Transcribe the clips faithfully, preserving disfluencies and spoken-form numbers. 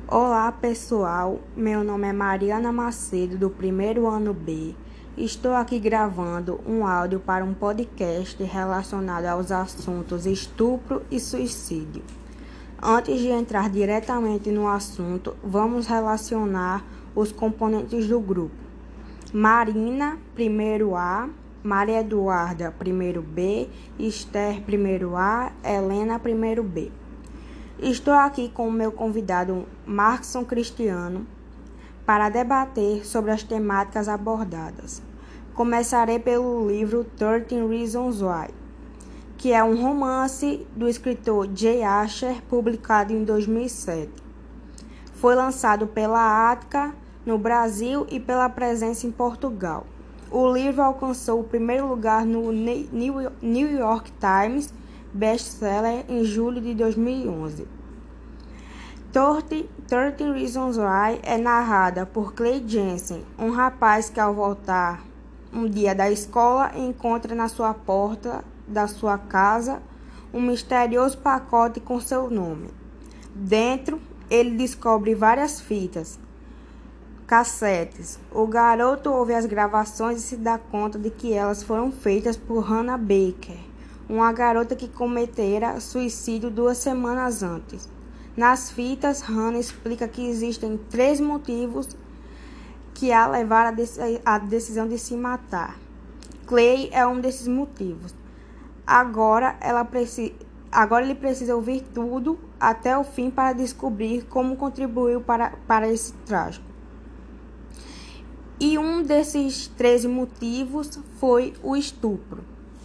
Olá pessoal, meu nome é Mariana Macedo, do primeiro ano B. Estou aqui gravando um áudio para um podcast relacionado aos assuntos estupro e suicídio. Antes de entrar diretamente no assunto, vamos relacionar os componentes do grupo. Marina, primeiro A, Maria Eduarda, primeiro B, Esther, primeiro A, Helena, primeiro B. Estou aqui com o meu convidado Markson Cristiano para debater sobre as temáticas abordadas. Começarei pelo livro thirty Reasons Why, que é um romance do escritor Jay Asher, publicado em dois mil e sete. Foi lançado pela Ática no Brasil e pela Presença em Portugal. O livro alcançou o primeiro lugar no New York Times best-seller em julho de dois mil e onze. thirty Reasons Why é narrada por Clay Jensen, um rapaz que ao voltar um dia da escola encontra na sua porta da sua casa um misterioso pacote com seu nome. Dentro, ele descobre várias fitas, cassetes. O garoto ouve as gravações e se dá conta de que elas foram feitas por Hannah Baker, uma garota que cometera suicídio duas semanas antes. Nas fitas, Hannah explica que existem três motivos que a levaram à decisão de se matar. Clay é um desses motivos. Agora, ela preci... Agora ele precisa ouvir tudo até o fim para descobrir como contribuiu para, para esse trágico. E um desses treze motivos foi o estupro.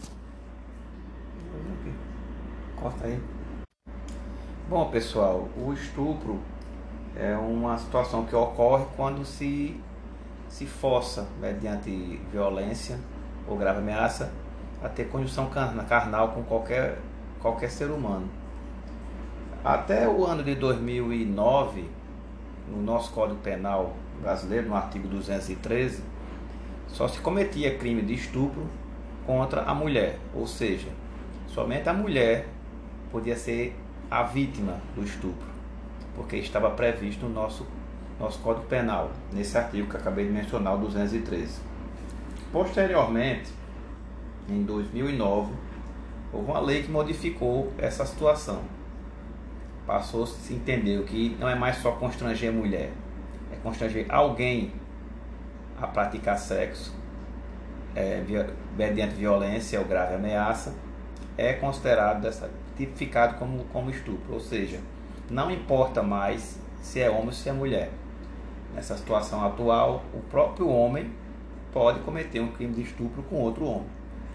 Corta aí. Bom, pessoal, o estupro é uma situação que ocorre quando se, se força, mediante violência ou grave ameaça, a ter conjunção carnal com qualquer, qualquer ser humano. Até o ano de dois mil e nove, no nosso Código Penal brasileiro, no artigo duzentos e treze, só se cometia crime de estupro contra a mulher, ou seja, somente a mulher podia ser a vítima do estupro, porque estava previsto no nosso, nosso Código Penal, nesse artigo que acabei de mencionar, o duzentos e treze. Posteriormente, em dois mil e nove, houve uma lei que modificou essa situação. Passou-se a se entender que não é mais só constranger a mulher, é constranger alguém a praticar sexo é, mediante violência ou grave ameaça, é considerado dessa, tipificado como, como estupro, ou seja, não importa mais se é homem ou se é mulher. Nessa situação atual, o próprio homem pode cometer um crime de estupro com outro homem.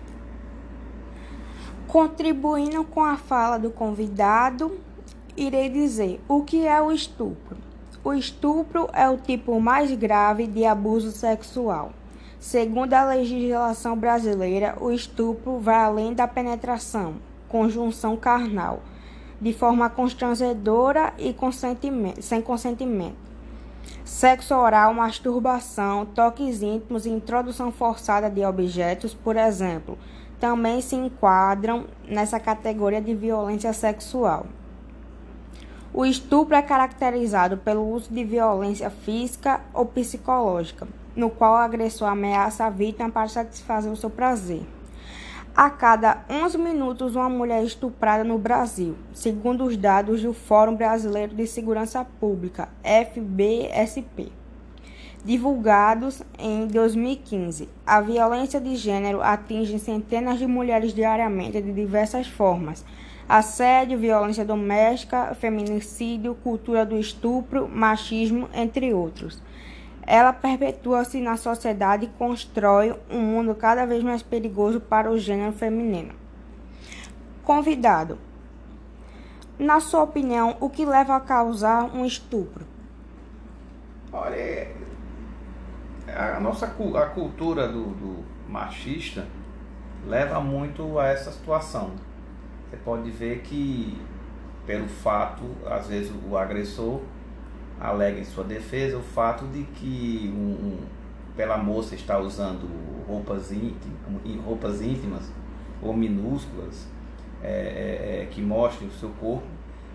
Contribuindo com a fala do convidado, irei dizer o que é o estupro. O estupro é o tipo mais grave de abuso sexual. Segundo a legislação brasileira, o estupro vai além da penetração, conjunção carnal, de forma constrangedora e consentimento, sem consentimento. Sexo oral, masturbação, toques íntimos e introdução forçada de objetos, por exemplo, também se enquadram nessa categoria de violência sexual. O estupro é caracterizado pelo uso de violência física ou psicológica, no qual o agressor ameaça a vítima para satisfazer o seu prazer. A cada onze minutos, uma mulher é estuprada no Brasil, segundo os dados do Fórum Brasileiro de Segurança Pública, F B S P, divulgados em dois mil e quinze. A violência de gênero atinge centenas de mulheres diariamente de diversas formas: assédio, violência doméstica, feminicídio, cultura do estupro, machismo, entre outros. Ela perpetua-se na sociedade e constrói um mundo cada vez mais perigoso para o gênero feminino. Convidado, na sua opinião, o que leva a causar um estupro? Olha, a nossa a cultura do, do machista leva muito a essa situação. Você pode ver que, pelo fato, às vezes o agressor alega em sua defesa o fato de que um, um, pela moça estar usando roupas íntimas, roupas íntimas ou minúsculas é, é, que mostrem o seu corpo,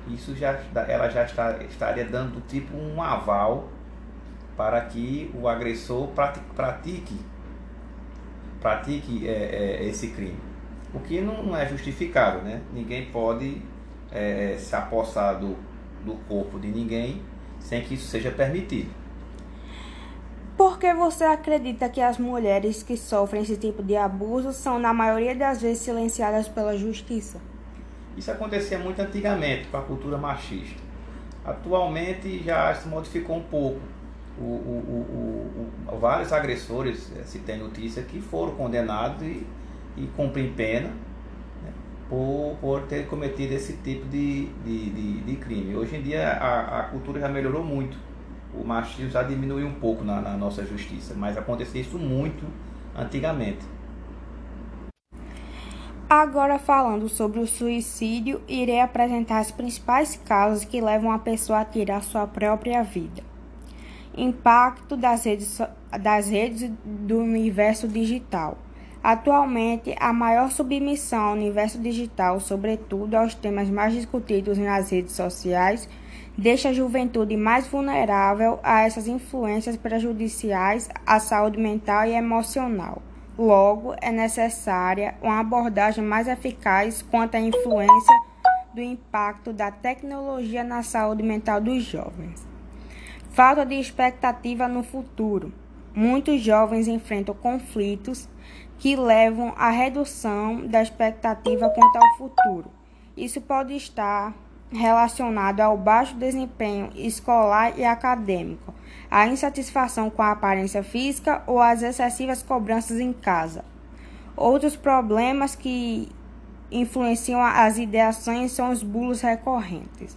isso já, ela já está, estaria dando tipo um aval para que o agressor pratique, pratique é, é, esse crime. O que não é justificável, né? Ninguém pode é, se apossar do, do corpo de ninguém sem que isso seja permitido. Por que você acredita que as mulheres que sofrem esse tipo de abuso são, na maioria das vezes, silenciadas pela justiça? Isso acontecia muito antigamente com a cultura machista. Atualmente já se modificou um pouco. O, o, o, o, vários agressores, se tem notícia, que foram condenados e, e cumprem pena, né, por, por ter cometido esse tipo de, de, de, de crime. Hoje em dia a, a cultura já melhorou muito. O machismo já diminuiu um pouco na, na nossa justiça, mas acontecia isso muito antigamente. Agora, falando sobre o suicídio, irei apresentar as principais causas que levam a pessoa a tirar sua própria vida. Impacto das redes, das redes do universo digital. Atualmente, a maior submissão ao universo digital, sobretudo aos temas mais discutidos nas redes sociais, deixa a juventude mais vulnerável a essas influências prejudiciais à saúde mental e emocional. Logo, é necessária uma abordagem mais eficaz quanto à influência do impacto da tecnologia na saúde mental dos jovens. Falta de expectativa no futuro. Muitos jovens enfrentam conflitos que levam à redução da expectativa quanto ao futuro. Isso pode estar relacionado ao baixo desempenho escolar e acadêmico, à insatisfação com a aparência física ou às excessivas cobranças em casa. Outros problemas que influenciam as ideações são os bulos recorrentes.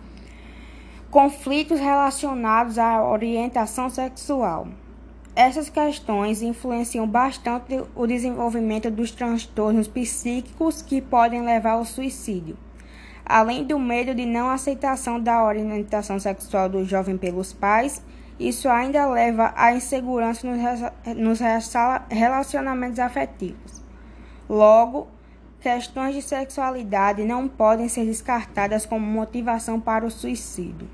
Conflitos relacionados à orientação sexual. Essas questões influenciam bastante o desenvolvimento dos transtornos psíquicos que podem levar ao suicídio. Além do medo de não aceitação da orientação sexual do jovem pelos pais, isso ainda leva à insegurança nos relacionamentos afetivos. Logo, questões de sexualidade não podem ser descartadas como motivação para o suicídio.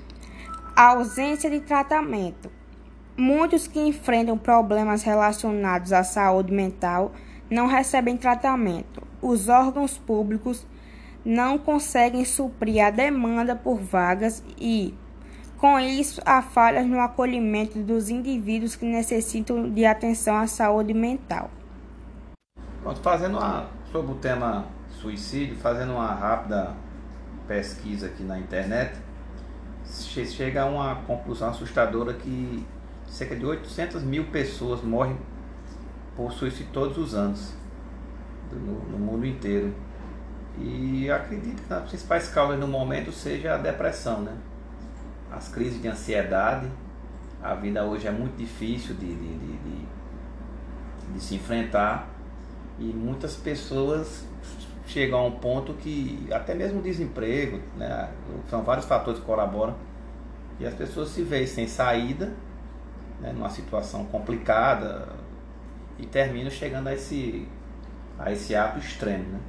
A ausência de tratamento. Muitos que enfrentam problemas relacionados à saúde mental não recebem tratamento. Os órgãos públicos não conseguem suprir a demanda por vagas e, com isso, há falhas no acolhimento dos indivíduos que necessitam de atenção à saúde mental. Pronto, fazendo uma, sobre o tema suicídio, fazendo uma rápida pesquisa aqui na internet, chega a uma conclusão assustadora que cerca de oitocentas mil pessoas morrem por suicídio todos os anos, no, no mundo inteiro. E acredito que as principais causas no momento seja a depressão, né? As crises de ansiedade. A vida hoje é muito difícil de, de, de, de, de se enfrentar e muitas pessoas chegam a um ponto que até mesmo o desemprego, né? São vários fatores que colaboram e as pessoas se veem sem saída, né? Numa situação complicada e terminam chegando a esse, a esse ato extremo, né?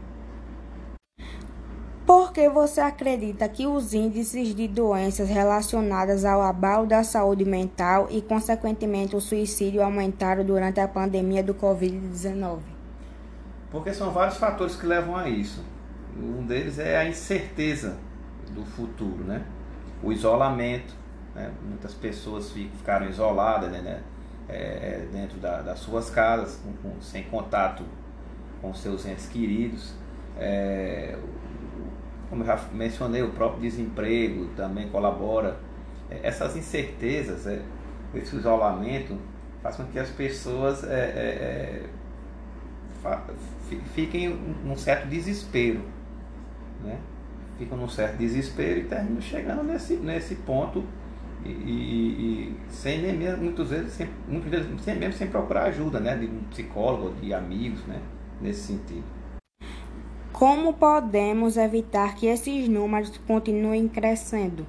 Por que você acredita que os índices de doenças relacionadas ao abalo da saúde mental e, consequentemente, o suicídio aumentaram durante a pandemia do covid dezenove? Porque são vários fatores que levam a isso. Um deles é a incerteza do futuro, né? O isolamento, né? Muitas pessoas ficaram isoladas, né? É, dentro da, das suas casas, com, com, sem contato com seus entes queridos. É, como eu já mencionei, o próprio desemprego também colabora. Essas incertezas, é, esse isolamento, faz com que as pessoas é, é, fiquem num certo desespero, né? Ficam num certo desespero e terminam chegando nesse, nesse ponto e, e, e sem nem mesmo, muitas vezes, sem, muitas vezes sem, mesmo sem procurar ajuda, né? De um psicólogo, de amigos, né? Nesse sentido. Como podemos evitar que esses números continuem crescendo?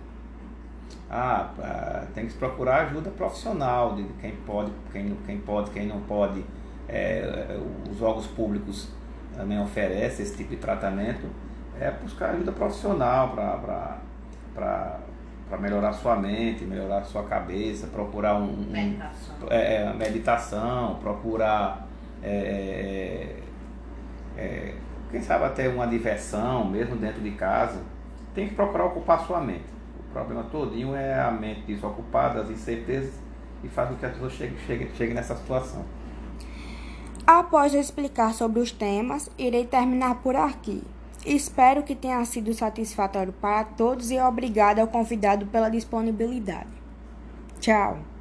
Ah, tem que procurar ajuda profissional, de quem pode, quem, quem pode, quem não pode. É, os órgãos públicos também oferecem esse tipo de tratamento. é buscar ajuda profissional para melhorar sua mente, melhorar sua cabeça, procurar um, um meditação, é, meditação procurar é, é, quem sabe até uma diversão mesmo dentro de casa. Tem que procurar ocupar sua mente. O problema todinho é a mente desocupada, as incertezas, e faz com que a pessoa chegue, chegue, chegue nessa situação. Após explicar sobre os temas, irei terminar por aqui. Espero que tenha sido satisfatório para todos e obrigado ao convidado pela disponibilidade. Tchau!